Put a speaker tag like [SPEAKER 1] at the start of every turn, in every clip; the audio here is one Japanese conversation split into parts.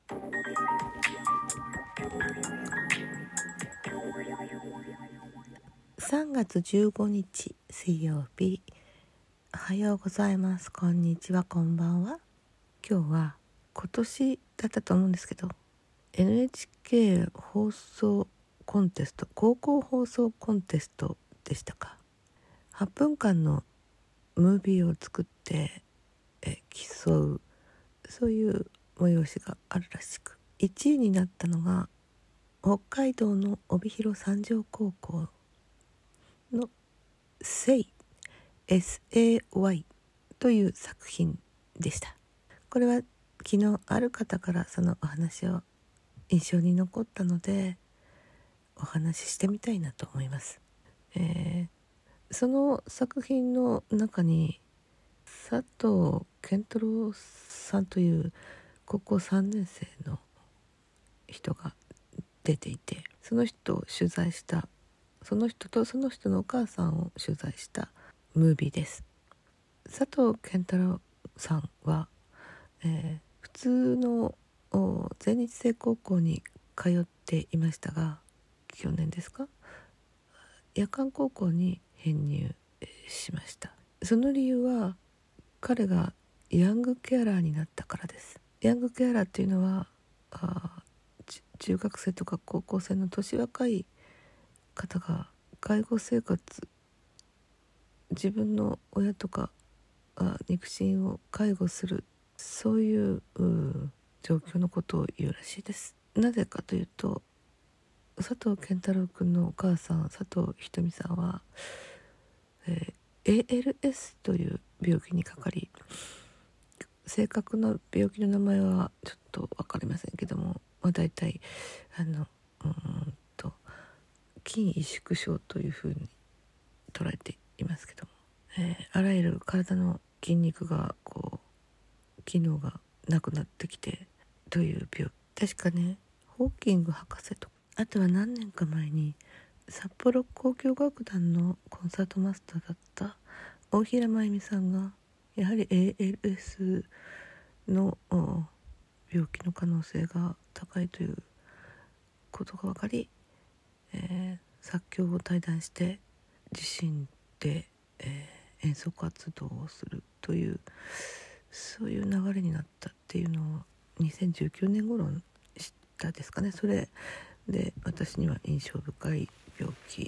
[SPEAKER 1] 3月15日水曜日、おはようございます、こんにちは、こんばんは。今日は今年だったと思うんですけど NHK 放送コンテスト、高校放送コンテストでしたか。8分間のムービーを作って競う、そういう催しがあるらしく、1位になったのが北海道の帯広三条高校のSAYという作品でした。これは昨日ある方からそのお話を印象に残ったのでお話ししてみたいなと思います。その作品の中に佐藤健太郎さんという高校3年生の人が出ていて、その人を取材した、その人とその人のお母さんを取材したムービーです。佐藤健太郎さんは、普通の全日制高校に通っていましたが、去年ですか、夜間高校に編入しました。その理由は彼がヤングケアラーになったからです。ヤングケアラーっていうのは中学生とか高校生の年若い方が介護生活、自分の親とか肉親を介護する、そういう状況のことを言うらしいです。なぜかというと、佐藤健太郎くんのお母さん佐藤ひとみさんは、ALS という病気にかかり、正確な病気の名前はちょっと分かりませんけども、だいたい筋萎縮症というふうに捉えていますけども、あらゆる体の筋肉が機能がなくなってきてという病気、確かね、ホーキング博士と、あとは何年か前に札幌交響楽団のコンサートマスターだった大平真由美さんがやはり ALS の病気の可能性が高いということが分かり、作曲を退団して自身で、演奏活動をするという、そういう流れになったっていうのを2019年頃に知ったですかね。それで私には印象深い病気、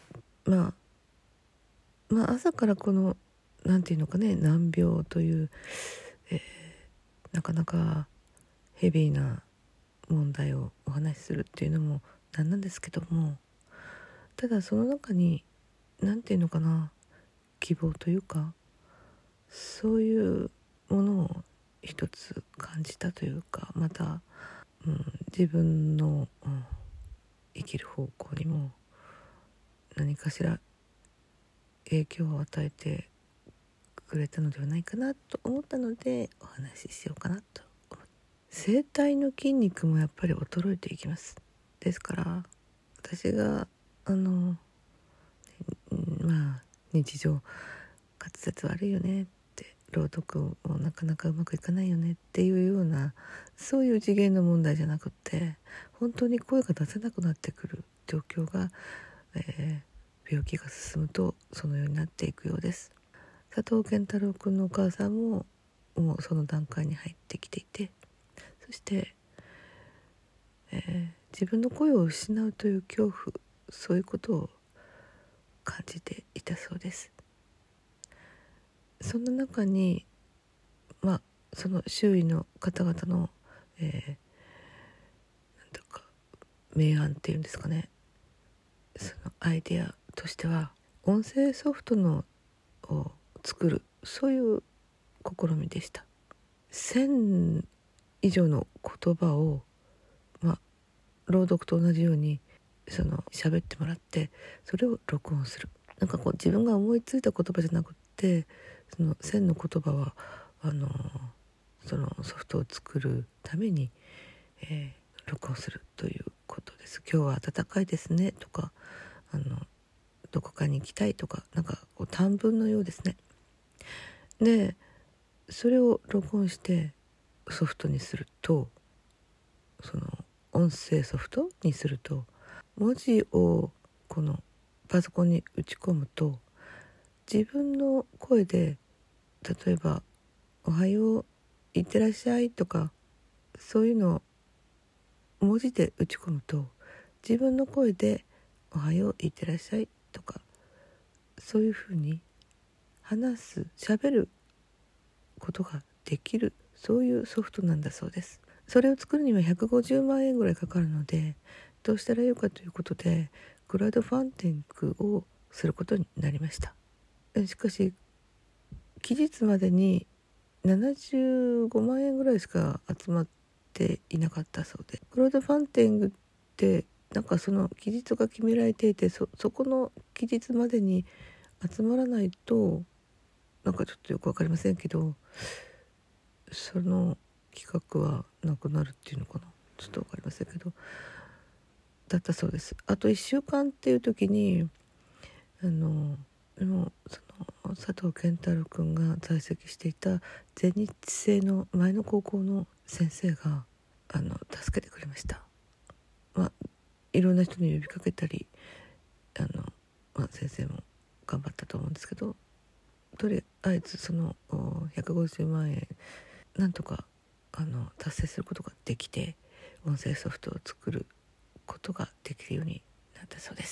[SPEAKER 1] 朝からこのなんていうのかね、難病という、なかなかヘビーな問題をお話しするっていうのもなんなんですけども、ただその中になんていうのかな、希望というか、そういうものを一つ感じたというか、また、自分の、生きる方向にも何かしら影響を与えてくれたのではないかなと思ったのでお話ししようかなと思って。声帯の筋肉もやっぱり衰えていきます。ですから私が日常滑舌悪いよねって、朗読もなかなかうまくいかないよねっていうような、そういう次元の問題じゃなくて、本当に声が出せなくなってくる状況が、病気が進むとそのようになっていくようです。佐藤健太郎くんのお母さんももうその段階に入ってきていて、そして、自分の声を失うという恐怖、そういうことを感じていたそうです。そんな中にその周囲の方々の、なんだか明暗っていうんですかね、そのアイデアとしては音声ソフトを作る、そういう試みでした。1000以上の言葉を、朗読と同じように喋ってもらって、それを録音する。自分が思いついた言葉じゃなくて、その1000の言葉はそのソフトを作るために、録音するということです。今日は暖かいですねとか、どこかに行きたいとか、短文のようですね。でそれを録音してソフトにすると、 その音声ソフトにすると、文字をこのパソコンに打ち込むと、自分の声で例えばおはよう、いってらっしゃいとか、そういうのを文字で打ち込むと、自分の声でおはよう、いってらっしゃいとか、そういうふうに喋ることができる、そういうソフトなんだそうです。それを作るには150万円ぐらいかかるので、どうしたらよいかということでクラウドファンディングをすることになりました。しかし期日までに75万円ぐらいしか集まっていなかったそうで、クラウドファンディングってなんかその期日が決められていて、そこの期日までに集まらないと、なんかちょっとよくわかりませんけど、その企画はなくなるっていうのかな、ちょっとわかりませんけど、だったそうです。あと1週間っていう時にでもその佐藤健太郎くんが在籍していた全日制の前の高校の先生が助けてくれました。いろんな人に呼びかけたり先生も頑張ったと思うんですけど、とりあえずその150万円なんとか達成することができて、音声ソフトを作ることができるようになったそうです。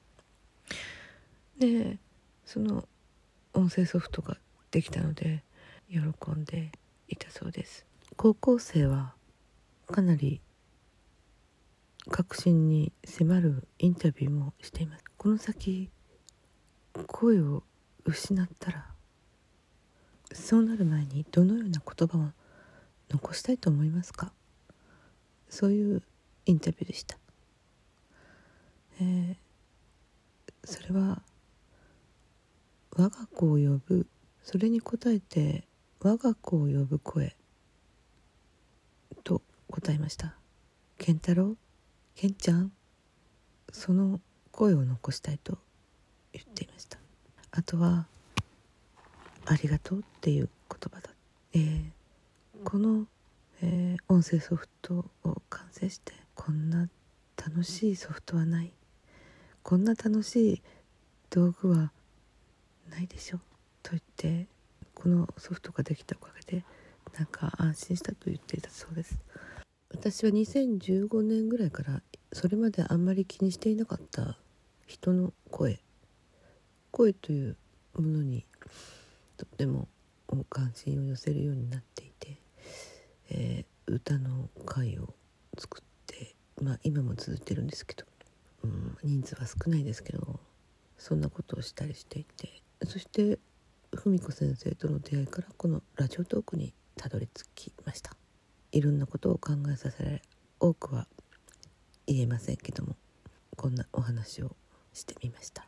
[SPEAKER 1] でその音声ソフトができたので喜んでいたそうです。高校生はかなり確信に迫るインタビューもしています。この先声を失ったら、そうなる前にどのような言葉を残したいと思いますか？そういうインタビューでした。それは我が子を呼ぶ、それに応えて我が子を呼ぶ声と答えました。健太郎、健ちゃん、その声を残したいと言っていました。あとはありがとうっていう言葉だ。この、音声ソフトを完成して、こんな楽しいソフトはない、こんな楽しい道具はないでしょと言って、このソフトができたおかげでなんか安心したと言っていたそうです。私は2015年ぐらいからそれまであんまり気にしていなかった人の声というものにとっても関心を寄せるようになっていて、歌の会を作って、今も続いてるんですけど、人数は少ないですけど、そんなことをしたりしていて、そして文子先生との出会いからこのラジオトークにたどり着きました。いろんなことを考えさせられ、多くは言えませんけども、こんなお話をしてみました。